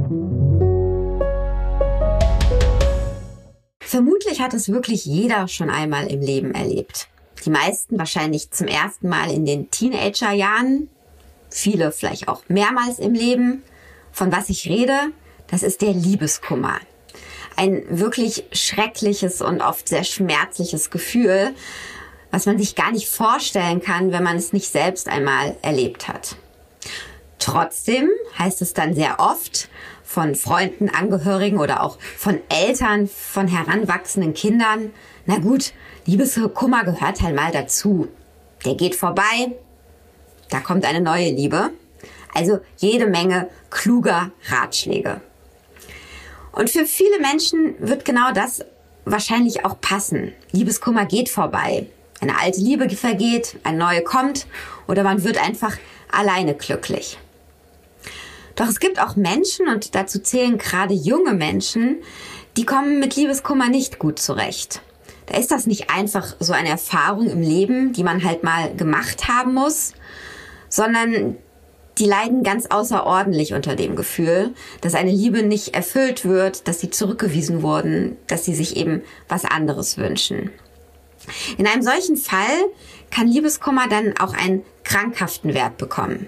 Vermutlich hat es wirklich jeder schon einmal im Leben erlebt. Die meisten wahrscheinlich zum ersten Mal in den Teenagerjahren, viele vielleicht auch mehrmals im Leben. Von was ich rede, das ist der Liebeskummer. Ein wirklich schreckliches und oft sehr schmerzliches Gefühl, was man sich gar nicht vorstellen kann, wenn man es nicht selbst einmal erlebt hat. Trotzdem heißt es dann sehr oft von Freunden, Angehörigen oder auch von Eltern von heranwachsenden Kindern, na gut, Liebeskummer gehört halt mal dazu. Der geht vorbei, da kommt eine neue Liebe. Also jede Menge kluger Ratschläge. Und für viele Menschen wird genau das wahrscheinlich auch passen. Liebeskummer geht vorbei. Eine alte Liebe vergeht, eine neue kommt oder man wird einfach alleine glücklich. Doch es gibt auch Menschen, und dazu zählen gerade junge Menschen, die kommen mit Liebeskummer nicht gut zurecht. Da ist das nicht einfach so eine Erfahrung im Leben, die man halt mal gemacht haben muss, sondern die leiden ganz außerordentlich unter dem Gefühl, dass eine Liebe nicht erfüllt wird, dass sie zurückgewiesen wurden, dass sie sich eben was anderes wünschen. In einem solchen Fall kann Liebeskummer dann auch einen krankhaften Wert bekommen.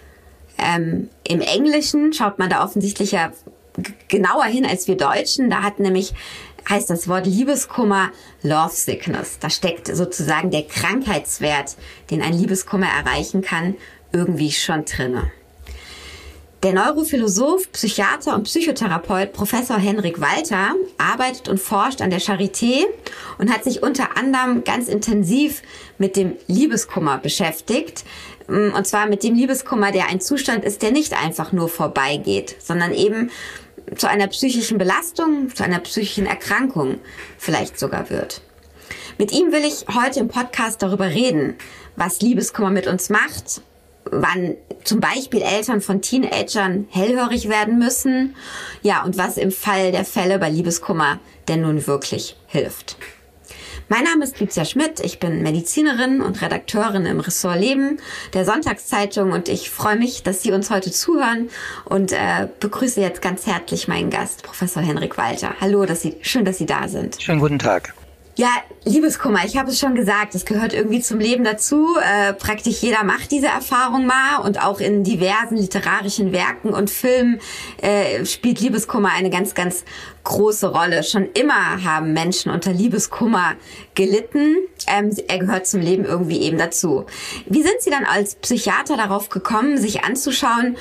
Im Englischen schaut man da offensichtlich ja genauer hin als wir Deutschen. Da heißt das Wort Liebeskummer Love Sickness. Da steckt sozusagen der Krankheitswert, den ein Liebeskummer erreichen kann, irgendwie schon drinne. Der Neurophilosoph, Psychiater und Psychotherapeut Professor Henrik Walter arbeitet und forscht an der Charité und hat sich unter anderem ganz intensiv mit dem Liebeskummer beschäftigt. Und zwar mit dem Liebeskummer, der ein Zustand ist, der nicht einfach nur vorbeigeht, sondern eben zu einer psychischen Belastung, zu einer psychischen Erkrankung vielleicht sogar wird. Mit ihm will ich heute im Podcast darüber reden, was Liebeskummer mit uns macht, wann zum Beispiel Eltern von Teenagern hellhörig werden müssen, ja, und was im Fall der Fälle bei Liebeskummer denn nun wirklich hilft. Mein Name ist Lucia Schmidt, ich bin Medizinerin und Redakteurin im Ressort Leben der Sonntagszeitung und ich freue mich, dass Sie uns heute zuhören und begrüße jetzt ganz herzlich meinen Gast, Professor Henrik Walter. Hallo, schön, dass Sie da sind. Schönen guten Tag. Ja, Liebeskummer, ich habe es schon gesagt, es gehört irgendwie zum Leben dazu. Praktisch jeder macht diese Erfahrung mal und auch in diversen literarischen Werken und Filmen spielt Liebeskummer eine ganz, ganz große Rolle. Schon immer haben Menschen unter Liebeskummer gelitten. Er gehört zum Leben irgendwie eben dazu. Wie sind Sie dann als Psychiater darauf gekommen, sich anzuschauen,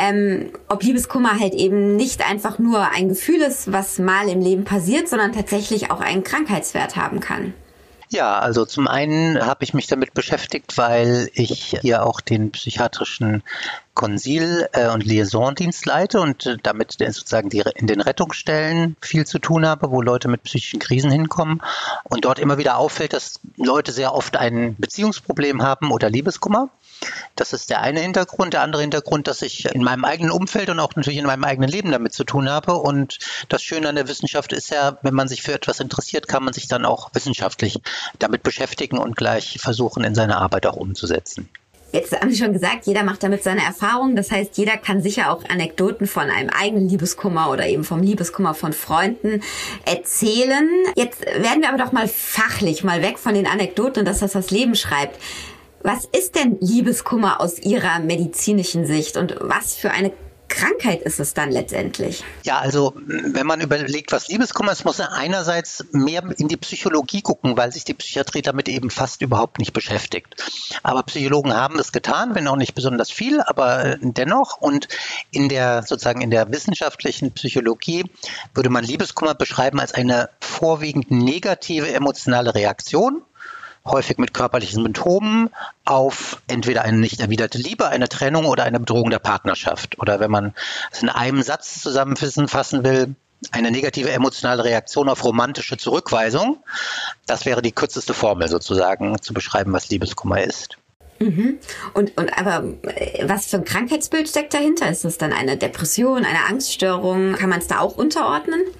ob Liebeskummer halt eben nicht einfach nur ein Gefühl ist, was mal im Leben passiert, sondern tatsächlich auch einen Krankheitswert haben kann? Ja, also zum einen habe ich mich damit beschäftigt, weil ich hier auch den psychiatrischen Konsil- und Liaisondienst leite und damit sozusagen in den Rettungsstellen viel zu tun habe, wo Leute mit psychischen Krisen hinkommen und dort immer wieder auffällt, dass Leute sehr oft ein Beziehungsproblem haben oder Liebeskummer. Das ist der eine Hintergrund. Der andere Hintergrund, dass ich in meinem eigenen Umfeld und auch natürlich in meinem eigenen Leben damit zu tun habe. Und das Schöne an der Wissenschaft ist ja, wenn man sich für etwas interessiert, kann man sich dann auch wissenschaftlich damit beschäftigen und gleich versuchen, in seine Arbeit auch umzusetzen. Jetzt haben Sie schon gesagt, jeder macht damit seine Erfahrungen. Das heißt, jeder kann sicher auch Anekdoten von einem eigenen Liebeskummer oder eben vom Liebeskummer von Freunden erzählen. Jetzt werden wir aber doch mal fachlich, mal weg von den Anekdoten und dass das Leben schreibt. Was ist denn Liebeskummer aus Ihrer medizinischen Sicht und was für eine Krankheit ist es dann letztendlich? Ja, also wenn man überlegt, was Liebeskummer ist, muss man einerseits mehr in die Psychologie gucken, weil sich die Psychiatrie damit eben fast überhaupt nicht beschäftigt. Aber Psychologen haben es getan, wenn auch nicht besonders viel, aber dennoch. Und in der wissenschaftlichen Psychologie würde man Liebeskummer beschreiben als eine vorwiegend negative emotionale Reaktion, häufig mit körperlichen Symptomen auf entweder eine nicht erwiderte Liebe, eine Trennung oder eine Bedrohung der Partnerschaft. Oder wenn man es in einem Satz zusammenfassen will, eine negative emotionale Reaktion auf romantische Zurückweisung. Das wäre die kürzeste Formel sozusagen, zu beschreiben, was Liebeskummer ist. Mhm. Aber was für ein Krankheitsbild steckt dahinter? Ist das dann eine Depression, eine Angststörung? Kann man es da auch unterordnen?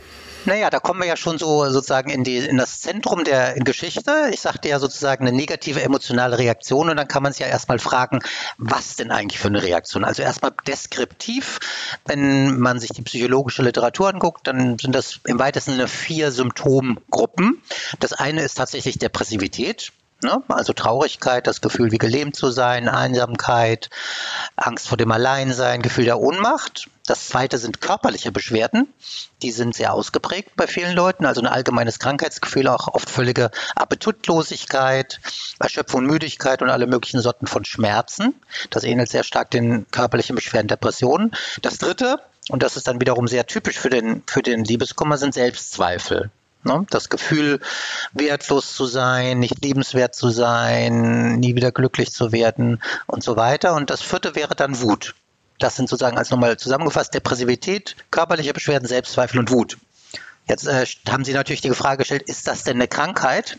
Naja, da kommen wir ja schon so sozusagen in das Zentrum der Geschichte. Ich sagte ja sozusagen eine negative emotionale Reaktion und dann kann man sich ja erstmal fragen, was denn eigentlich für eine Reaktion? Also erstmal deskriptiv, wenn man sich die psychologische Literatur anguckt, dann sind das im weitesten Sinne 4 Symptomgruppen. Das eine ist tatsächlich Depressivität. Also Traurigkeit, das Gefühl, wie gelähmt zu sein, Einsamkeit, Angst vor dem Alleinsein, Gefühl der Ohnmacht. Das zweite sind körperliche Beschwerden. Die sind sehr ausgeprägt bei vielen Leuten. Also ein allgemeines Krankheitsgefühl, auch oft völlige Appetitlosigkeit, Erschöpfung, Müdigkeit und alle möglichen Sorten von Schmerzen. Das ähnelt sehr stark den körperlichen Beschwerden Depressionen. Das dritte, und das ist dann wiederum sehr typisch für den Liebeskummer, sind Selbstzweifel. Das Gefühl, wertlos zu sein, nicht liebenswert zu sein, nie wieder glücklich zu werden und so weiter. Und das vierte wäre dann Wut. Das sind sozusagen als nochmal zusammengefasst Depressivität, körperliche Beschwerden, Selbstzweifel und Wut. Jetzt haben Sie natürlich die Frage gestellt, ist das denn eine Krankheit?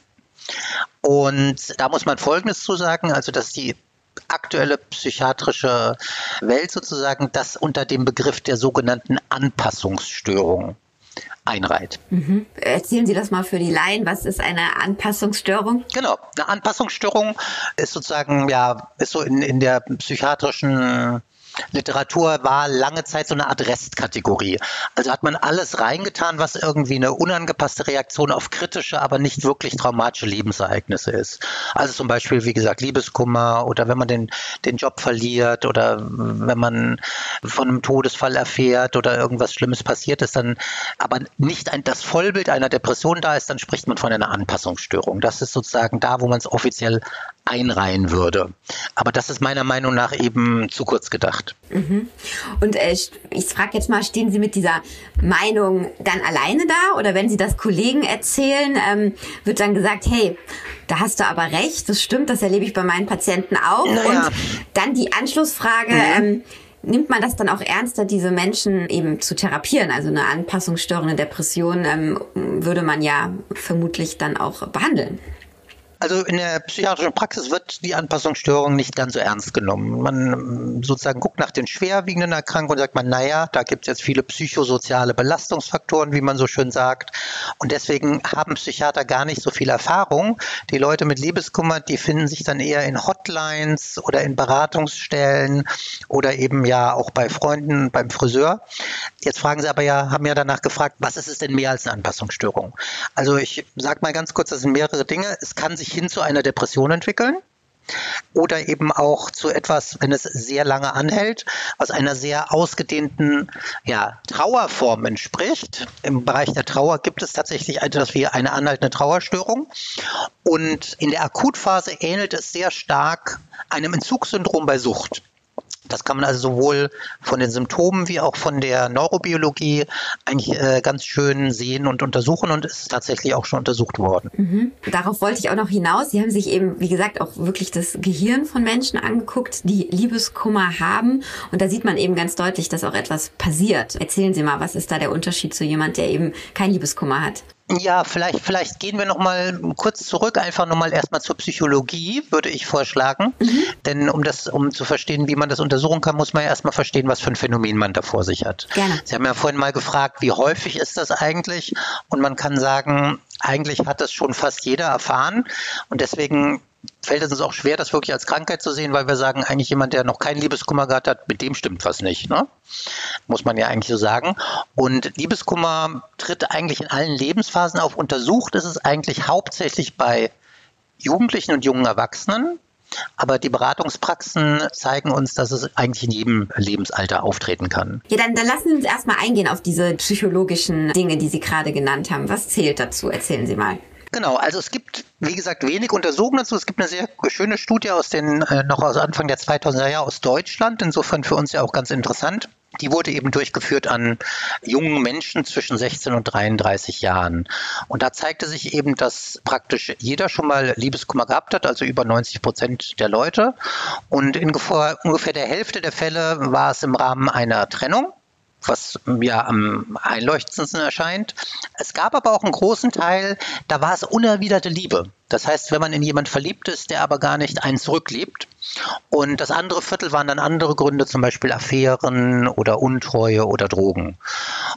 Und da muss man Folgendes zu sagen, also dass die aktuelle psychiatrische Welt sozusagen das unter dem Begriff der sogenannten Anpassungsstörung einreiht. Erzählen Sie das mal für die Laien. Was ist eine Anpassungsstörung? Genau, eine Anpassungsstörung ist sozusagen, ist so in der psychiatrischen Literatur war lange Zeit so eine Art Restkategorie. Also hat man alles reingetan, was irgendwie eine unangepasste Reaktion auf kritische, aber nicht wirklich traumatische Lebensereignisse ist. Also zum Beispiel, wie gesagt, Liebeskummer oder wenn man den Job verliert oder wenn man von einem Todesfall erfährt oder irgendwas Schlimmes passiert ist, dann aber nicht das Vollbild einer Depression da ist, dann spricht man von einer Anpassungsstörung. Das ist sozusagen da, wo man es offiziell einreihen würde. Aber das ist meiner Meinung nach eben zu kurz gedacht. Und ich frage jetzt mal, stehen Sie mit dieser Meinung dann alleine da? Oder wenn Sie das Kollegen erzählen, wird dann gesagt, hey, da hast du aber recht, das stimmt, das erlebe ich bei meinen Patienten auch. Naja. Und dann die Anschlussfrage, nimmt man das dann auch ernster, diese Menschen eben zu therapieren? Also eine Anpassungsstörung, eine Depression würde man ja vermutlich dann auch behandeln. Also in der psychiatrischen Praxis wird die Anpassungsstörung nicht ganz so ernst genommen. Man sozusagen guckt nach den schwerwiegenden Erkrankungen und sagt man, naja, da gibt es jetzt viele psychosoziale Belastungsfaktoren, wie man so schön sagt. Und deswegen haben Psychiater gar nicht so viel Erfahrung. Die Leute mit Liebeskummer, die finden sich dann eher in Hotlines oder in Beratungsstellen oder eben ja auch bei Freunden, beim Friseur. Jetzt fragen Sie aber haben ja danach gefragt, was ist es denn mehr als eine Anpassungsstörung? Also ich sage mal ganz kurz, das sind mehrere Dinge. Es kann sich hin zu einer Depression entwickeln oder eben auch zu etwas, wenn es sehr lange anhält, was einer sehr ausgedehnten Trauerform entspricht. Im Bereich der Trauer gibt es tatsächlich etwas wie eine anhaltende Trauerstörung und in der Akutphase ähnelt es sehr stark einem Entzugssyndrom bei Sucht. Das kann man also sowohl von den Symptomen wie auch von der Neurobiologie eigentlich ganz schön sehen und untersuchen und ist tatsächlich auch schon untersucht worden. Darauf wollte ich auch noch hinaus. Sie haben sich eben, wie gesagt, auch wirklich das Gehirn von Menschen angeguckt, die Liebeskummer haben. Und da sieht man eben ganz deutlich, dass auch etwas passiert. Erzählen Sie mal, was ist da der Unterschied zu jemand, der eben kein Liebeskummer hat? Ja, vielleicht gehen wir noch mal kurz zurück, einfach noch mal erstmal zur Psychologie, würde ich vorschlagen. Denn um zu verstehen, wie man das untersuchen kann, muss man ja erstmal verstehen, was für ein Phänomen man da vor sich hat. Gerne. Sie haben ja vorhin mal gefragt, wie häufig ist das eigentlich? Und man kann sagen, eigentlich hat das schon fast jeder erfahren. Und deswegen fällt es uns auch schwer, das wirklich als Krankheit zu sehen, weil wir sagen, eigentlich jemand, der noch keinen Liebeskummer gehabt hat, mit dem stimmt was nicht, ne? Muss man ja eigentlich so sagen. Und Liebeskummer tritt eigentlich in allen Lebensphasen auf. Untersucht ist es eigentlich hauptsächlich bei Jugendlichen und jungen Erwachsenen. Aber die Beratungspraxen zeigen uns, dass es eigentlich in jedem Lebensalter auftreten kann. Ja, dann lassen Sie uns erstmal eingehen auf diese psychologischen Dinge, die Sie gerade genannt haben. Was zählt dazu? Erzählen Sie mal. Genau, also es gibt, wie gesagt, wenig Untersuchungen dazu. Es gibt eine sehr schöne Studie noch aus Anfang der 2000er Jahre aus Deutschland, insofern für uns ja auch ganz interessant. Die wurde eben durchgeführt an jungen Menschen zwischen 16 und 33 Jahren. Und da zeigte sich eben, dass praktisch jeder schon mal Liebeskummer gehabt hat, also über 90% der Leute. Und in ungefähr der Hälfte der Fälle war es im Rahmen einer Trennung, was mir am einleuchtendsten erscheint. Es gab aber auch einen großen Teil, da war es unerwiderte Liebe. Das heißt, wenn man in jemanden verliebt ist, der aber gar nicht einen zurückliebt. Und das andere Viertel waren dann andere Gründe, zum Beispiel Affären oder Untreue oder Drogen.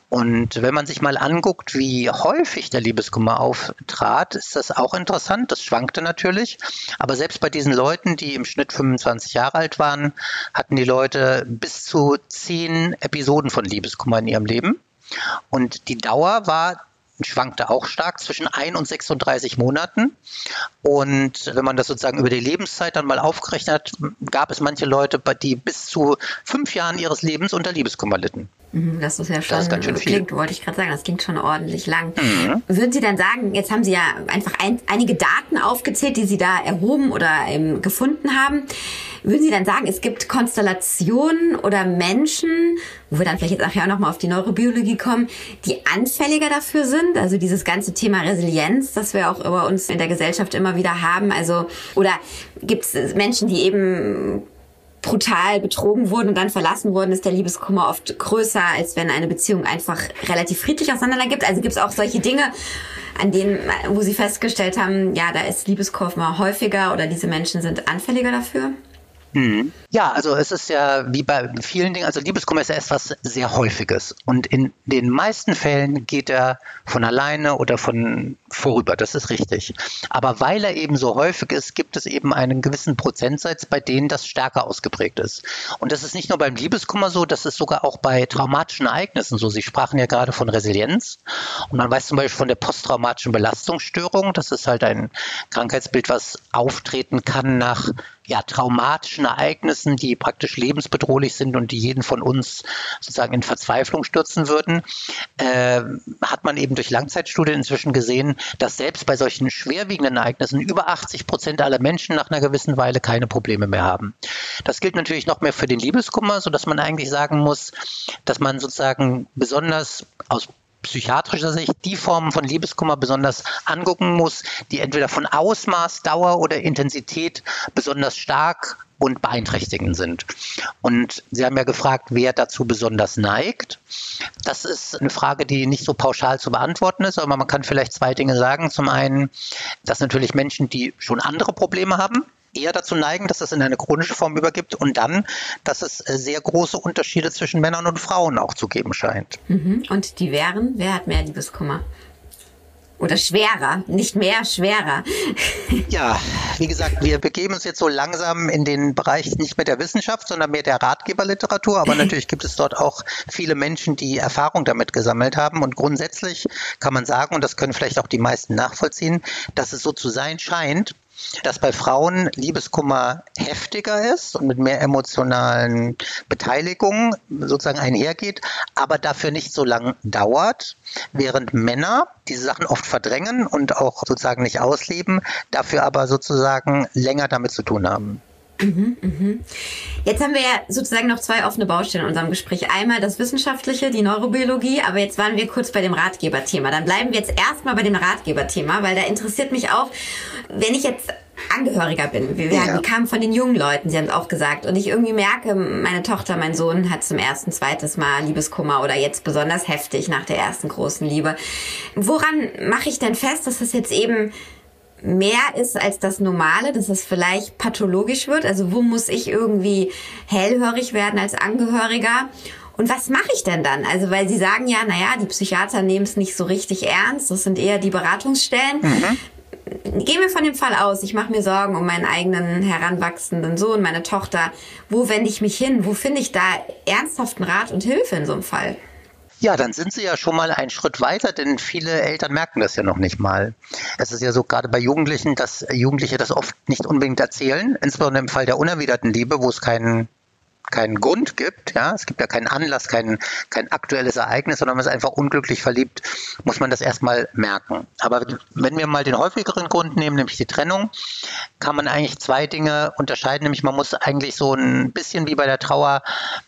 Und wenn man sich mal anguckt, wie häufig der Liebeskummer auftrat, ist das auch interessant. Das schwankte natürlich. Aber selbst bei diesen Leuten, die im Schnitt 25 Jahre alt waren, hatten die Leute bis zu 10 Episoden von Liebeskummer in ihrem Leben. Und die Dauer schwankte auch stark zwischen 1 und 36 Monaten. Und wenn man das sozusagen über die Lebenszeit dann mal aufgerechnet hat, gab es manche Leute, die bis zu 5 Jahren ihres Lebens unter Liebeskummer litten. Das ist ja schon, das ist ganz schön viel. Wollte ich gerade sagen, das klingt schon ordentlich lang. Würden Sie dann sagen, jetzt haben Sie ja einfach einige Daten aufgezählt, die Sie da erhoben oder gefunden haben. Würden Sie dann sagen, es gibt Konstellationen oder Menschen, wo wir dann vielleicht jetzt nachher auch nochmal auf die Neurobiologie kommen, die anfälliger dafür sind? Also dieses ganze Thema Resilienz, das wir auch über uns in der Gesellschaft immer wieder haben. Also, oder gibt es Menschen, die eben brutal betrogen wurden und dann verlassen wurden, ist der Liebeskummer oft größer, als wenn eine Beziehung einfach relativ friedlich auseinandergeht. Also gibt es auch solche Dinge, an denen, wo Sie festgestellt haben, ja, da ist Liebeskummer häufiger oder diese Menschen sind anfälliger dafür? Ja, also es ist ja wie bei vielen Dingen, also Liebeskummer ist ja etwas sehr Häufiges und in den meisten Fällen geht er von alleine oder von vorüber, das ist richtig. Aber weil er eben so häufig ist, gibt es eben einen gewissen Prozentsatz, bei denen das stärker ausgeprägt ist. Und das ist nicht nur beim Liebeskummer so, das ist sogar auch bei traumatischen Ereignissen so. Sie sprachen ja gerade von Resilienz und man weiß zum Beispiel von der posttraumatischen Belastungsstörung, das ist halt ein Krankheitsbild, was auftreten kann nach traumatischen Ereignissen, die praktisch lebensbedrohlich sind und die jeden von uns sozusagen in Verzweiflung stürzen würden, hat man eben durch Langzeitstudien inzwischen gesehen, dass selbst bei solchen schwerwiegenden Ereignissen über 80% aller Menschen nach einer gewissen Weile keine Probleme mehr haben. Das gilt natürlich noch mehr für den Liebeskummer, sodass man eigentlich sagen muss, dass man sozusagen besonders aus psychiatrischer Sicht die Formen von Liebeskummer besonders angucken muss, die entweder von Ausmaß, Dauer oder Intensität besonders stark und beeinträchtigend sind. Und Sie haben ja gefragt, wer dazu besonders neigt. Das ist eine Frage, die nicht so pauschal zu beantworten ist, aber man kann vielleicht 2 Dinge sagen. Zum einen, dass natürlich Menschen, die schon andere Probleme haben, eher dazu neigen, dass es in eine chronische Form übergibt und dann, dass es sehr große Unterschiede zwischen Männern und Frauen auch zu geben scheint. Und die wären, wer hat mehr Liebeskummer? Oder schwerer, nicht mehr, schwerer. Ja, wie gesagt, wir begeben uns jetzt so langsam in den Bereich nicht mehr der Wissenschaft, sondern mehr der Ratgeberliteratur. Aber natürlich gibt es dort auch viele Menschen, die Erfahrung damit gesammelt haben. Und grundsätzlich kann man sagen, und das können vielleicht auch die meisten nachvollziehen, dass es so zu sein scheint, dass bei Frauen Liebeskummer heftiger ist und mit mehr emotionalen Beteiligungen sozusagen einhergeht, aber dafür nicht so lang dauert, während Männer diese Sachen oft verdrängen und auch sozusagen nicht ausleben, dafür aber sozusagen länger damit zu tun haben. Jetzt haben wir ja sozusagen noch 2 offene Baustellen in unserem Gespräch. Einmal das Wissenschaftliche, die Neurobiologie, aber jetzt waren wir kurz bei dem Ratgeberthema. Dann bleiben wir jetzt erstmal bei dem Ratgeberthema, weil da interessiert mich auch, wenn ich jetzt Angehöriger bin. Wir kamen von den jungen Leuten, Sie haben es auch gesagt. Und ich irgendwie merke, meine Tochter, mein Sohn hat zum ersten, zweites Mal Liebeskummer oder jetzt besonders heftig nach der ersten großen Liebe. Woran mache ich denn fest, dass das jetzt eben mehr ist als das Normale, dass es vielleicht pathologisch wird? Also wo muss ich irgendwie hellhörig werden als Angehöriger? Und was mache ich denn dann? Also weil Sie sagen ja, die Psychiater nehmen es nicht so richtig ernst, das sind eher die Beratungsstellen. Gehen wir von dem Fall aus, ich mache mir Sorgen um meinen eigenen heranwachsenden Sohn, meine Tochter. Wo wende ich mich hin? Wo finde ich da ernsthaften Rat und Hilfe in so einem Fall? Ja, dann sind Sie ja schon mal einen Schritt weiter, denn viele Eltern merken das ja noch nicht mal. Es ist ja so gerade bei Jugendlichen, dass Jugendliche das oft nicht unbedingt erzählen, insbesondere im Fall der unerwiderten Liebe, wo es keinen Grund gibt, ja, es gibt ja keinen Anlass, kein aktuelles Ereignis, sondern man ist einfach unglücklich verliebt, muss man das erstmal merken. Aber wenn wir mal den häufigeren Grund nehmen, nämlich die Trennung, kann man eigentlich 2 Dinge unterscheiden, nämlich man muss eigentlich so ein bisschen wie bei der Trauer,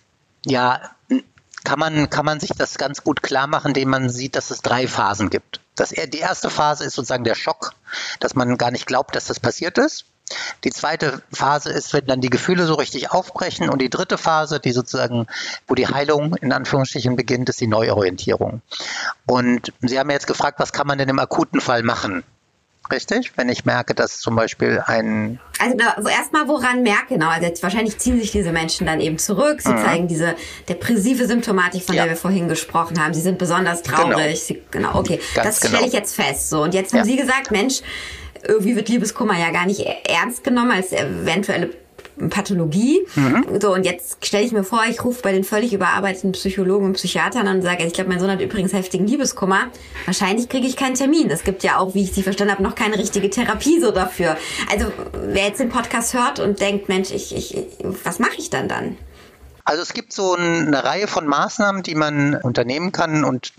kann man sich das ganz gut klar machen, indem man sieht, dass es 3 Phasen gibt. Die erste Phase ist sozusagen der Schock, dass man gar nicht glaubt, dass das passiert ist. Die zweite Phase ist, wenn dann die Gefühle so richtig aufbrechen. Und die dritte Phase, die sozusagen, wo die Heilung in Anführungsstrichen beginnt, ist die Neuorientierung. Und Sie haben ja jetzt gefragt, was kann man denn im akuten Fall machen? Richtig? Wenn ich merke, dass zum Beispiel Also erstmal woran merke, genau. Also jetzt wahrscheinlich ziehen sich diese Menschen dann eben zurück. Sie zeigen diese depressive Symptomatik, von der wir vorhin gesprochen haben. Sie sind besonders traurig. Genau, okay. Das stelle ich jetzt fest. So, und jetzt haben Sie gesagt, Mensch, irgendwie wird Liebeskummer ja gar nicht ernst genommen als eventuelle Pathologie. So, und jetzt stelle ich mir vor, ich rufe bei den völlig überarbeiteten Psychologen und Psychiatern an und sage, ich glaube, mein Sohn hat übrigens heftigen Liebeskummer. Wahrscheinlich kriege ich keinen Termin. Es gibt ja auch, wie ich Sie verstanden habe, noch keine richtige Therapie so dafür. Also wer jetzt den Podcast hört und denkt, Mensch, was mache ich dann? Also es gibt so eine Reihe von Maßnahmen, die man unternehmen kann, und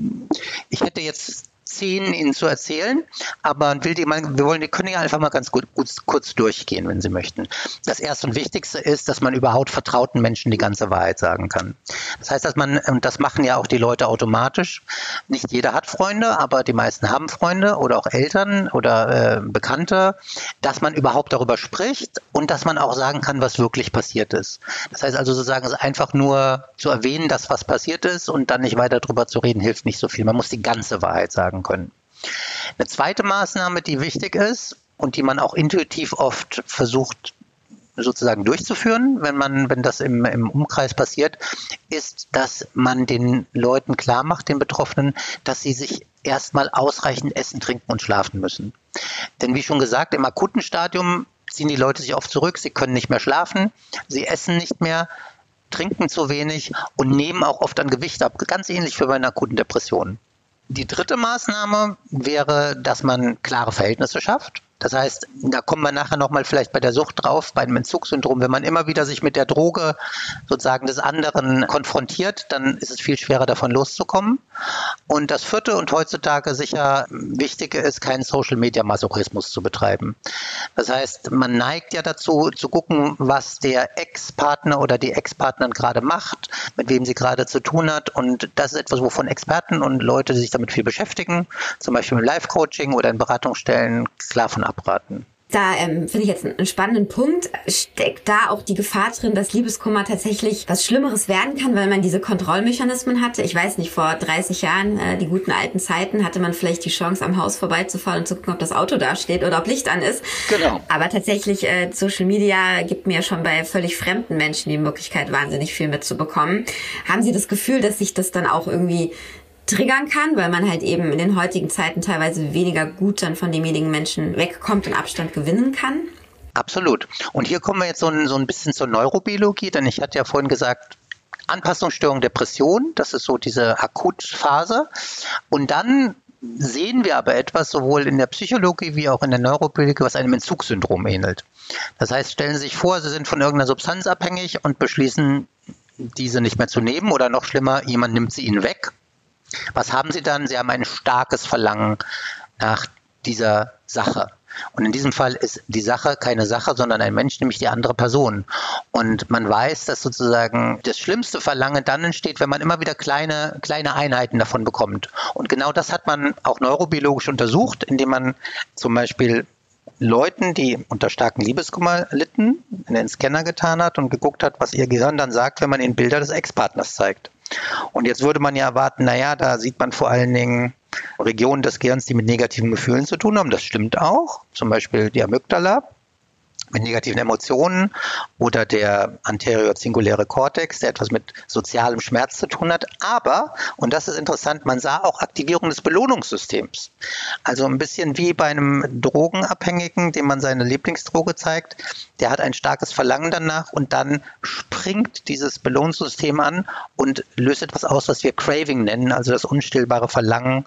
ich hätte jetzt 10 Ihnen zu erzählen, aber wir können ja einfach mal ganz kurz durchgehen, wenn Sie möchten. Das erste und wichtigste ist, dass man überhaupt vertrauten Menschen die ganze Wahrheit sagen kann. Das heißt, und das machen ja auch die Leute automatisch. Nicht jeder hat Freunde, aber die meisten haben Freunde oder auch Eltern oder Bekannte, dass man überhaupt darüber spricht und dass man auch sagen kann, was wirklich passiert ist. Das heißt also sozusagen, einfach nur zu erwähnen, dass was passiert ist und dann nicht weiter darüber zu reden, hilft nicht so viel. Man muss die ganze Wahrheit sagen können. Eine zweite Maßnahme, die wichtig ist und die man auch intuitiv oft versucht sozusagen durchzuführen, wenn das im Umkreis passiert, ist, dass man den Leuten klar macht, den Betroffenen, dass sie sich erstmal ausreichend essen, trinken und schlafen müssen. Denn wie schon gesagt, im akuten Stadium ziehen die Leute sich oft zurück, sie können nicht mehr schlafen, sie essen nicht mehr, trinken zu wenig und nehmen auch oft an Gewicht ab, ganz ähnlich wie bei einer akuten Depression. Die dritte Maßnahme wäre, dass man klare Verhältnisse schafft. Das heißt, da kommen wir nachher nochmal vielleicht bei der Sucht drauf, bei dem Entzugssyndrom. Wenn man immer wieder sich mit der Droge sozusagen des anderen konfrontiert, dann ist es viel schwerer, davon loszukommen. Und das vierte und heutzutage sicher Wichtige ist, keinen Social-Media-Masochismus zu betreiben. Das heißt, man neigt ja dazu, zu gucken, was der Ex-Partner oder die Ex-Partnerin gerade macht, mit wem sie gerade zu tun hat. Und das ist etwas, wovon Experten und Leute, die sich damit viel beschäftigen, zum Beispiel im Live-Coaching oder in Beratungsstellen, klar von abraten. Da finde ich jetzt einen spannenden Punkt. Steckt da auch die Gefahr drin, dass Liebeskummer tatsächlich was Schlimmeres werden kann, weil man diese Kontrollmechanismen hatte? Ich weiß nicht, vor 30 Jahren, die guten alten Zeiten, hatte man vielleicht die Chance, am Haus vorbeizufahren und zu gucken, ob das Auto da steht oder ob Licht an ist. Genau. Aber tatsächlich, Social Media gibt mir schon bei völlig fremden Menschen die Möglichkeit, wahnsinnig viel mitzubekommen. Haben Sie das Gefühl, dass sich das dann auch irgendwie triggern kann, weil man halt eben in den heutigen Zeiten teilweise weniger gut dann von demjenigen Menschen wegkommt und Abstand gewinnen kann? Absolut. Und hier kommen wir jetzt so ein bisschen zur Neurobiologie, denn ich hatte ja vorhin gesagt, Anpassungsstörung, Depression, das ist so diese Akutphase. Und dann sehen wir aber etwas, sowohl in der Psychologie wie auch in der Neurobiologie, was einem Entzugssyndrom ähnelt. Das heißt, stellen Sie sich vor, Sie sind von irgendeiner Substanz abhängig und beschließen, diese nicht mehr zu nehmen oder noch schlimmer, jemand nimmt sie Ihnen weg. Was haben Sie dann? Sie haben ein starkes Verlangen nach dieser Sache. Und in diesem Fall ist die Sache keine Sache, sondern ein Mensch, nämlich die andere Person. Und man weiß, dass sozusagen das schlimmste Verlangen dann entsteht, wenn man immer wieder kleine Einheiten davon bekommt. Und genau das hat man auch neurobiologisch untersucht, indem man zum Beispiel Leuten, die unter starken Liebeskummer litten, in den Scanner getan hat und geguckt hat, was ihr Gehirn dann sagt, wenn man ihnen Bilder des Ex-Partners zeigt. Und jetzt würde man ja erwarten, da sieht man vor allen Dingen Regionen des Gehirns, die mit negativen Gefühlen zu tun haben. Das stimmt auch, zum Beispiel die Amygdala mit negativen Emotionen oder der anterior-zinguläre Kortex, der etwas mit sozialem Schmerz zu tun hat. Aber, und das ist interessant, man sah auch Aktivierung des Belohnungssystems. Also ein bisschen wie bei einem Drogenabhängigen, dem man seine Lieblingsdroge zeigt. Der hat ein starkes Verlangen danach und dann springt dieses Belohnungssystem an und löst etwas aus, was wir Craving nennen, also das unstillbare Verlangen,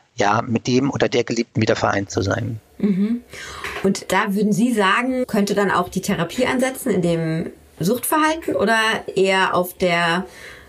mit dem oder der Geliebten wieder vereint zu sein. Mhm. Und da würden Sie sagen, könnte dann auch die Therapie ansetzen in dem Suchtverhalten oder eher auf der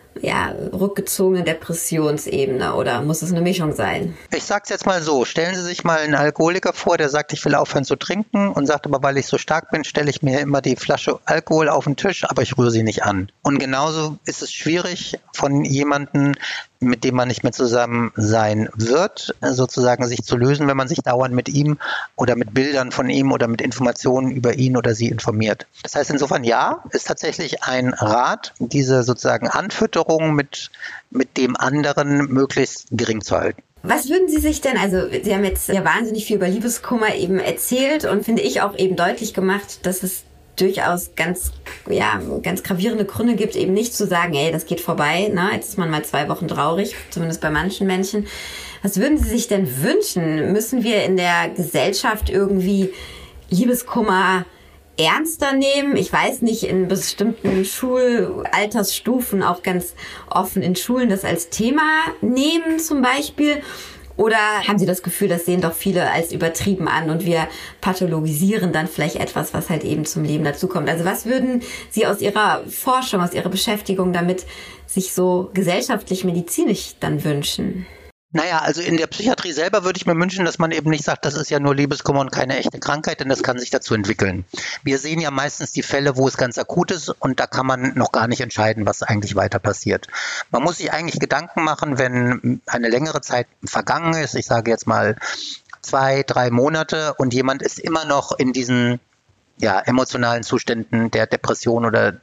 rückgezogenen Depressionsebene, oder muss es eine Mischung sein? Ich sag's jetzt mal so, stellen Sie sich mal einen Alkoholiker vor, der sagt, ich will aufhören zu trinken und sagt aber, weil ich so stark bin, stelle ich mir immer die Flasche Alkohol auf den Tisch, aber ich rühre sie nicht an. Und genauso ist es schwierig von jemandem, mit dem man nicht mehr zusammen sein wird, sozusagen sich zu lösen, wenn man sich dauernd mit ihm oder mit Bildern von ihm oder mit Informationen über ihn oder sie informiert. Das heißt insofern ist tatsächlich ein Rat, diese sozusagen Anfütterung mit dem anderen möglichst gering zu halten. Was würden Sie sich denn, also Sie haben jetzt ja wahnsinnig viel über Liebeskummer eben erzählt und finde ich auch eben deutlich gemacht, dass es durchaus ganz gravierende Gründe gibt, eben nicht zu sagen, ey, das geht vorbei, ne? Jetzt ist man mal 2 Wochen traurig, zumindest bei manchen Menschen. Was würden Sie sich denn wünschen? Müssen wir in der Gesellschaft irgendwie Liebeskummer ernster nehmen? Ich weiß nicht, in bestimmten Schulaltersstufen auch ganz offen in Schulen das als Thema nehmen zum Beispiel. Oder haben Sie das Gefühl, das sehen doch viele als übertrieben an und wir pathologisieren dann vielleicht etwas, was halt eben zum Leben dazukommt? Also was würden Sie aus Ihrer Forschung, aus Ihrer Beschäftigung damit sich so gesellschaftlich-medizinisch dann wünschen? Naja, also in der Psychiatrie selber würde ich mir wünschen, dass man eben nicht sagt, das ist ja nur Liebeskummer und keine echte Krankheit, denn das kann sich dazu entwickeln. Wir sehen ja meistens die Fälle, wo es ganz akut ist und da kann man noch gar nicht entscheiden, was eigentlich weiter passiert. Man muss sich eigentlich Gedanken machen, wenn eine längere Zeit vergangen ist, ich sage jetzt mal 2, 3 Monate und jemand ist immer noch in diesen emotionalen Zuständen der Depression oder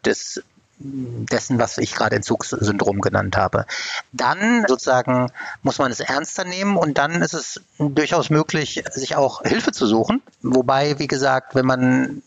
dessen, was ich gerade Entzugssyndrom genannt habe. Dann sozusagen muss man es ernster nehmen und dann ist es durchaus möglich, sich auch Hilfe zu suchen. Wobei, wie gesagt, wenn man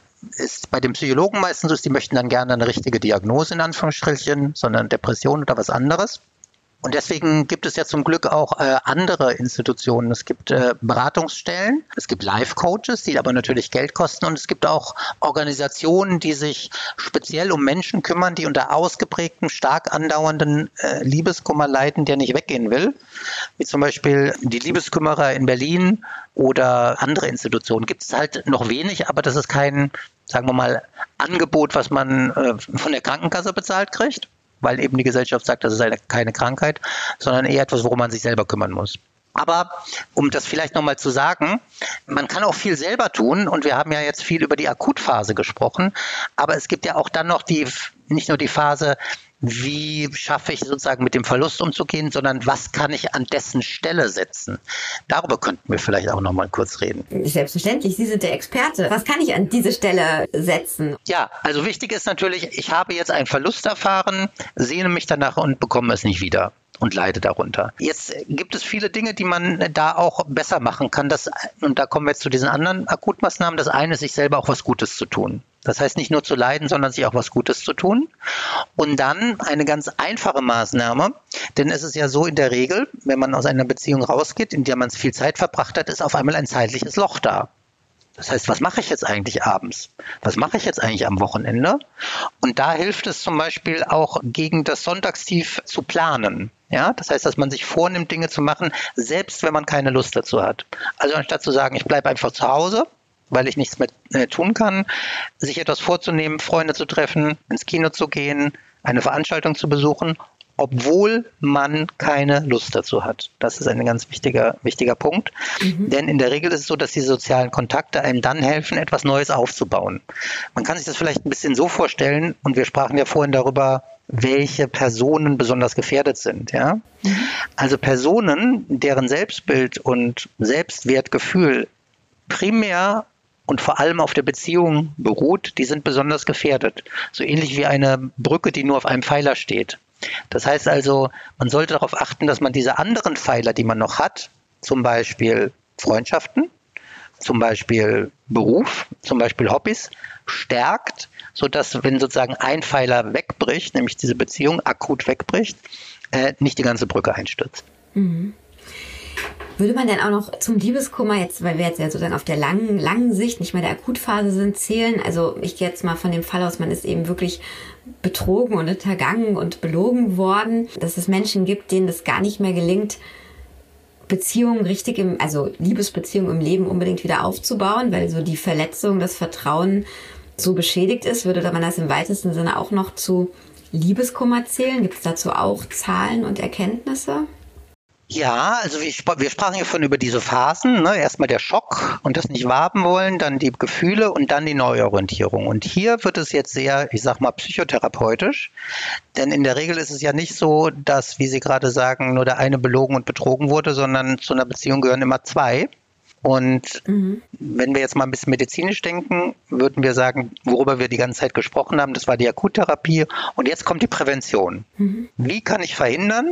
ist bei den Psychologen meistens so ist, die möchten dann gerne eine richtige Diagnose in Anführungsstrichen, sondern Depression oder was anderes. Und deswegen gibt es ja zum Glück auch andere Institutionen. Es gibt Beratungsstellen, es gibt Life-Coaches, die aber natürlich Geld kosten und es gibt auch Organisationen, die sich speziell um Menschen kümmern, die unter ausgeprägtem, stark andauernden Liebeskummer leiden, der nicht weggehen will. Wie zum Beispiel die Liebeskümmerer in Berlin oder andere Institutionen. Gibt es halt noch wenig, aber das ist kein, sagen wir mal, Angebot, was man von der Krankenkasse bezahlt kriegt, weil eben die Gesellschaft sagt, das ist keine Krankheit, sondern eher etwas, worum man sich selber kümmern muss. Aber um das vielleicht nochmal zu sagen, man kann auch viel selber tun und wir haben ja jetzt viel über die Akutphase gesprochen, aber es gibt ja auch dann noch nicht nur die Phase, wie schaffe ich sozusagen mit dem Verlust umzugehen, sondern was kann ich an dessen Stelle setzen? Darüber könnten wir vielleicht auch noch mal kurz reden. Selbstverständlich, Sie sind der Experte. Was kann ich an diese Stelle setzen? Ja, also wichtig ist natürlich, ich habe jetzt einen Verlust erfahren, sehne mich danach und bekomme es nicht wieder und leide darunter. Jetzt gibt es viele Dinge, die man da auch besser machen kann. Und da kommen wir jetzt zu diesen anderen Akutmaßnahmen. Das eine ist, sich selber auch was Gutes zu tun. Das heißt nicht nur zu leiden, sondern sich auch was Gutes zu tun. Und dann eine ganz einfache Maßnahme, denn es ist ja so in der Regel, wenn man aus einer Beziehung rausgeht, in der man viel Zeit verbracht hat, ist auf einmal ein zeitliches Loch da. Das heißt, was mache ich jetzt eigentlich abends? Was mache ich jetzt eigentlich am Wochenende? Und da hilft es zum Beispiel auch, gegen das Sonntagstief zu planen. Ja, das heißt, dass man sich vornimmt, Dinge zu machen, selbst wenn man keine Lust dazu hat. Also anstatt zu sagen, ich bleibe einfach zu Hause, weil ich nichts mehr tun kann, sich etwas vorzunehmen, Freunde zu treffen, ins Kino zu gehen, eine Veranstaltung zu besuchen, obwohl man keine Lust dazu hat. Das ist ein ganz wichtiger Punkt. Denn in der Regel ist es so, dass die sozialen Kontakte einem dann helfen, etwas Neues aufzubauen. Man kann sich das vielleicht ein bisschen so vorstellen, und wir sprachen ja vorhin darüber, welche Personen besonders gefährdet sind. Ja? Also Personen, deren Selbstbild und Selbstwertgefühl primär und vor allem auf der Beziehung beruht, die sind besonders gefährdet. So ähnlich wie eine Brücke, die nur auf einem Pfeiler steht. Das heißt also, man sollte darauf achten, dass man diese anderen Pfeiler, die man noch hat, zum Beispiel Freundschaften, zum Beispiel Beruf, zum Beispiel Hobbys, stärkt, sodass, wenn sozusagen ein Pfeiler wegbricht, nämlich diese Beziehung akut wegbricht, nicht die ganze Brücke einstürzt. Mhm. Würde man denn auch noch zum Liebeskummer jetzt, weil wir jetzt ja sozusagen auf der langen Sicht nicht mehr der Akutphase sind, zählen? Also ich gehe jetzt mal von dem Fall aus, man ist eben wirklich betrogen und hintergangen und belogen worden, dass es Menschen gibt, denen das gar nicht mehr gelingt, Beziehungen Liebesbeziehungen im Leben unbedingt wieder aufzubauen, weil so die Verletzung, das Vertrauen so beschädigt ist. Würde man das im weitesten Sinne auch noch zu Liebeskummer zählen? Gibt es dazu auch Zahlen und Erkenntnisse? Ja, also wir sprachen ja schon über diese Phasen, ne? Erstmal der Schock und das nicht wahrhaben wollen, dann die Gefühle und dann die Neuorientierung. Und hier wird es jetzt sehr, ich sag mal, psychotherapeutisch, denn in der Regel ist es ja nicht so, dass, wie Sie gerade sagen, nur der eine belogen und betrogen wurde, sondern zu einer Beziehung gehören immer zwei. Und wenn wir jetzt mal ein bisschen medizinisch denken, würden wir sagen, worüber wir die ganze Zeit gesprochen haben, das war die Akuttherapie und jetzt kommt die Prävention. Wie kann ich verhindern,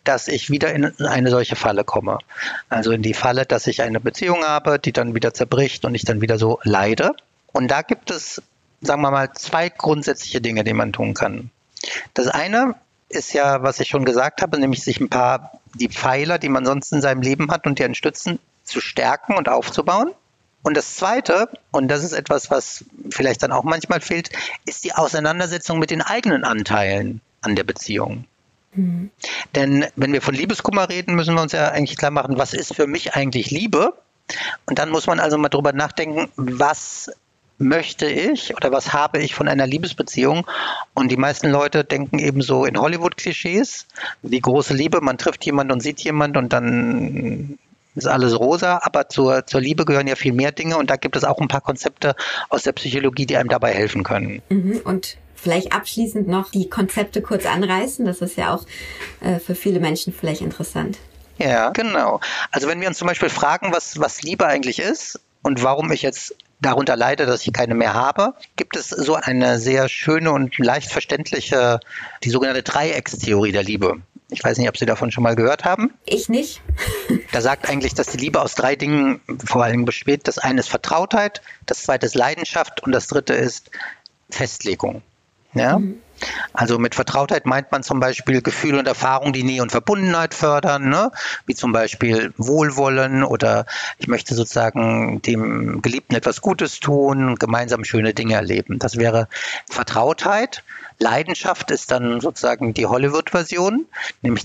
dass ich wieder in eine solche Falle komme. Also in die Falle, dass ich eine Beziehung habe, die dann wieder zerbricht und ich dann wieder so leide. Und da gibt es, sagen wir mal, zwei grundsätzliche Dinge, die man tun kann. Das eine ist ja, was ich schon gesagt habe, nämlich sich die Pfeiler, die man sonst in seinem Leben hat und die einen stützen, zu stärken und aufzubauen. Und das Zweite, und das ist etwas, was vielleicht dann auch manchmal fehlt, ist die Auseinandersetzung mit den eigenen Anteilen an der Beziehung. Mhm. Denn wenn wir von Liebeskummer reden, müssen wir uns ja eigentlich klar machen, was ist für mich eigentlich Liebe? Und dann muss man also mal drüber nachdenken, was möchte ich oder was habe ich von einer Liebesbeziehung? Und die meisten Leute denken eben so in Hollywood-Klischees, die große Liebe, man trifft jemanden und sieht jemanden und dann ist alles rosa, aber zur Liebe gehören ja viel mehr Dinge und da gibt es auch ein paar Konzepte aus der Psychologie, die einem dabei helfen können. Und vielleicht abschließend noch die Konzepte kurz anreißen, das ist ja auch für viele Menschen vielleicht interessant. Ja, genau. Also wenn wir uns zum Beispiel fragen, was Liebe eigentlich ist und warum ich jetzt darunter leide, dass ich keine mehr habe, gibt es so eine sehr schöne und leicht verständliche, die sogenannte Dreieckstheorie der Liebe. Ich weiß nicht, ob Sie davon schon mal gehört haben. Ich nicht. Da sagt eigentlich, dass die Liebe aus 3 Dingen vor allem besteht. Das eine ist Vertrautheit, das zweite ist Leidenschaft und das dritte ist Festlegung. Ja? Mhm. Also mit Vertrautheit meint man zum Beispiel Gefühle und Erfahrungen, die Nähe und Verbundenheit fördern, ne? Wie zum Beispiel Wohlwollen oder ich möchte sozusagen dem Geliebten etwas Gutes tun, gemeinsam schöne Dinge erleben. Das wäre Vertrautheit. Leidenschaft ist dann sozusagen die Hollywood-Version, nämlich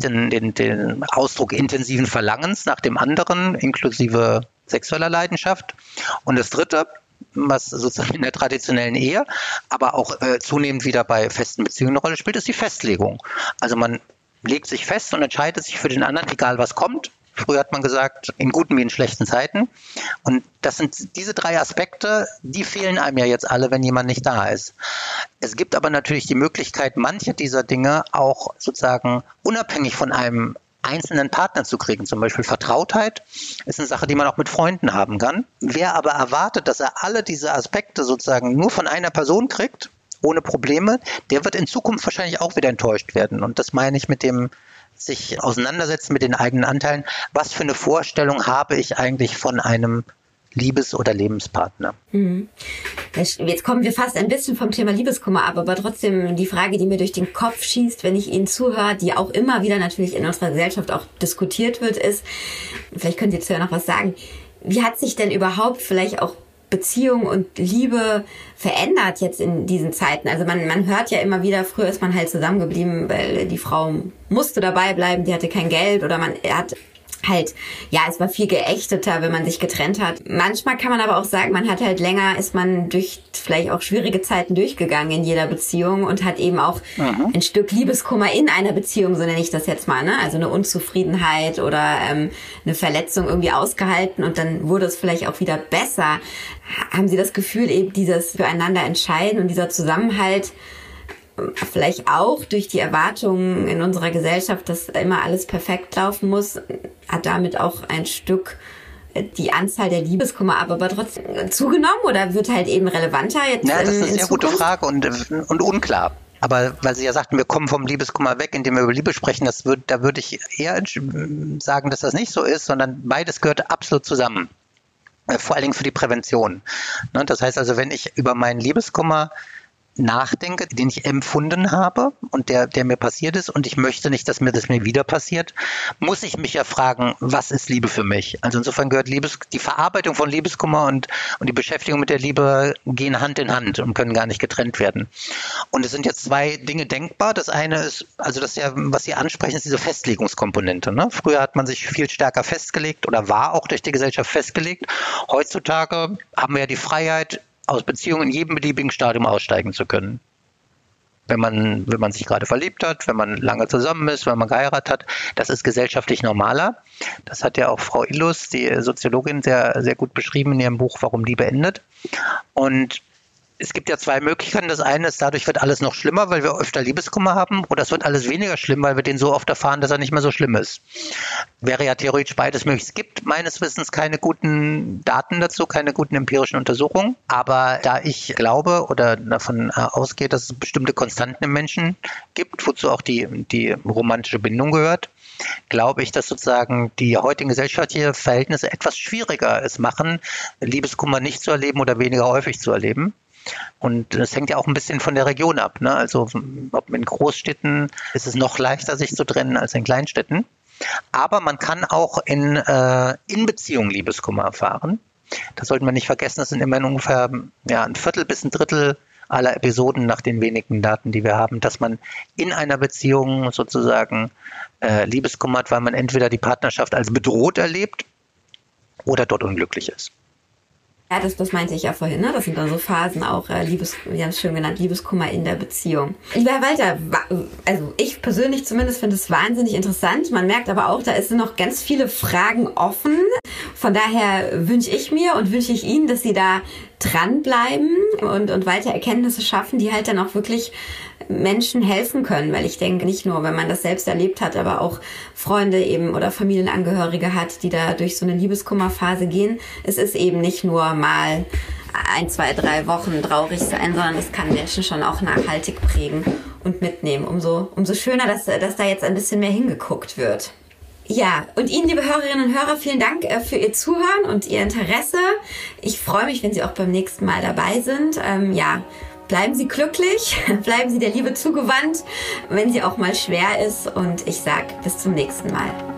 den Ausdruck intensiven Verlangens nach dem anderen, inklusive sexueller Leidenschaft. Und das dritte, was sozusagen in der traditionellen Ehe, aber auch zunehmend wieder bei festen Beziehungen eine Rolle spielt, ist die Festlegung. Also man legt sich fest und entscheidet sich für den anderen, egal was kommt. Früher hat man gesagt, in guten wie in schlechten Zeiten. Und das sind diese 3 Aspekte, die fehlen einem ja jetzt alle, wenn jemand nicht da ist. Es gibt aber natürlich die Möglichkeit, manche dieser Dinge auch sozusagen unabhängig von einem einzelnen Partner zu kriegen. Zum Beispiel Vertrautheit ist eine Sache, die man auch mit Freunden haben kann. Wer aber erwartet, dass er alle diese Aspekte sozusagen nur von einer Person kriegt, ohne Probleme, der wird in Zukunft wahrscheinlich auch wieder enttäuscht werden. Und das meine ich mit dem sich auseinandersetzen mit den eigenen Anteilen. Was für eine Vorstellung habe ich eigentlich von einem Liebes- oder Lebenspartner? Jetzt kommen wir fast ein bisschen vom Thema Liebeskummer ab, aber trotzdem die Frage, die mir durch den Kopf schießt, wenn ich Ihnen zuhöre, die auch immer wieder natürlich in unserer Gesellschaft auch diskutiert wird, ist, vielleicht können Sie dazu ja noch was sagen, wie hat sich denn überhaupt vielleicht auch Beziehung und Liebe verändert jetzt in diesen Zeiten? Also man hört ja immer wieder, früher ist man halt zusammengeblieben, weil die Frau musste dabei bleiben, die hatte kein Geld oder er hat halt, ja, es war viel geächteter, wenn man sich getrennt hat. Manchmal kann man aber auch sagen, man hat halt länger, ist man durch vielleicht auch schwierige Zeiten durchgegangen in jeder Beziehung und hat eben auch ein Stück Liebeskummer in einer Beziehung, so nenne ich das jetzt mal, ne? Also eine Unzufriedenheit oder eine Verletzung irgendwie ausgehalten und dann wurde es vielleicht auch wieder besser. Haben Sie das Gefühl, eben dieses Füreinander entscheiden und dieser Zusammenhalt vielleicht auch durch die Erwartungen in unserer Gesellschaft, dass immer alles perfekt laufen muss, hat damit auch ein Stück die Anzahl der Liebeskummer aber trotzdem zugenommen oder wird halt eben relevanter jetzt? Ja, das ist eine sehr gute Frage und unklar. Aber weil Sie ja sagten, wir kommen vom Liebeskummer weg, indem wir über Liebe sprechen, da würde ich eher sagen, dass das nicht so ist, sondern beides gehört absolut zusammen. Vor allen Dingen für die Prävention. Das heißt also, wenn ich über meinen Liebeskummer nachdenke, den ich empfunden habe und der mir passiert ist und ich möchte nicht, dass mir das wieder passiert, muss ich mich ja fragen, was ist Liebe für mich? Also insofern gehört die Verarbeitung von Liebeskummer und die Beschäftigung mit der Liebe gehen Hand in Hand und können gar nicht getrennt werden. Und es sind jetzt 2 Dinge denkbar. Das eine ist, also das ja, was Sie ansprechen, ist diese Festlegungskomponente. Ne? Früher hat man sich viel stärker festgelegt oder war auch durch die Gesellschaft festgelegt. Heutzutage haben wir ja die Freiheit, aus Beziehungen in jedem beliebigen Stadium aussteigen zu können. Wenn man sich gerade verliebt hat, wenn man lange zusammen ist, wenn man geheiratet hat, das ist gesellschaftlich normaler. Das hat ja auch Frau Illus, die Soziologin, sehr, sehr gut beschrieben in ihrem Buch Warum Liebe endet. Und es gibt ja 2 Möglichkeiten. Das eine ist, dadurch wird alles noch schlimmer, weil wir öfter Liebeskummer haben. Oder es wird alles weniger schlimm, weil wir den so oft erfahren, dass er nicht mehr so schlimm ist. Wäre ja theoretisch beides möglich. Es gibt meines Wissens keine guten Daten dazu, keine guten empirischen Untersuchungen. Aber da ich glaube oder davon ausgehe, dass es bestimmte Konstanten im Menschen gibt, wozu auch die romantische Bindung gehört, glaube ich, dass sozusagen die heutigen gesellschaftlichen Verhältnisse etwas schwieriger es machen, Liebeskummer nicht zu erleben oder weniger häufig zu erleben. Und das hängt ja auch ein bisschen von der Region ab, ne? Also ob in Großstädten ist es noch leichter, sich zu trennen als in Kleinstädten. Aber man kann auch in Beziehungen Liebeskummer erfahren. Das sollten wir nicht vergessen. Das sind immerhin ungefähr ein Viertel bis ein Drittel aller Episoden nach den wenigen Daten, die wir haben, dass man in einer Beziehung sozusagen Liebeskummer hat, weil man entweder die Partnerschaft als bedroht erlebt oder dort unglücklich ist. Ja, das meinte ich ja vorhin, ne? Das sind dann so Phasen auch, wir haben es schön genannt, Liebeskummer in der Beziehung. Lieber Herr Walter, also ich persönlich zumindest finde es wahnsinnig interessant. Man merkt aber auch, da sind noch ganz viele Fragen offen. Von daher wünsche ich mir und wünsche ich Ihnen, dass Sie da dranbleiben und weiter Erkenntnisse schaffen, die halt dann auch wirklich Menschen helfen können, weil ich denke, nicht nur, wenn man das selbst erlebt hat, aber auch Freunde eben oder Familienangehörige hat, die da durch so eine Liebeskummerphase gehen. Es ist eben nicht nur mal 1, 2, 3 Wochen traurig sein, sondern es kann Menschen schon auch nachhaltig prägen und mitnehmen. Umso schöner, dass da jetzt ein bisschen mehr hingeguckt wird. Ja, und Ihnen, liebe Hörerinnen und Hörer, vielen Dank für Ihr Zuhören und Ihr Interesse. Ich freue mich, wenn Sie auch beim nächsten Mal dabei sind. Bleiben Sie glücklich, bleiben Sie der Liebe zugewandt, wenn sie auch mal schwer ist. Und ich sage bis zum nächsten Mal.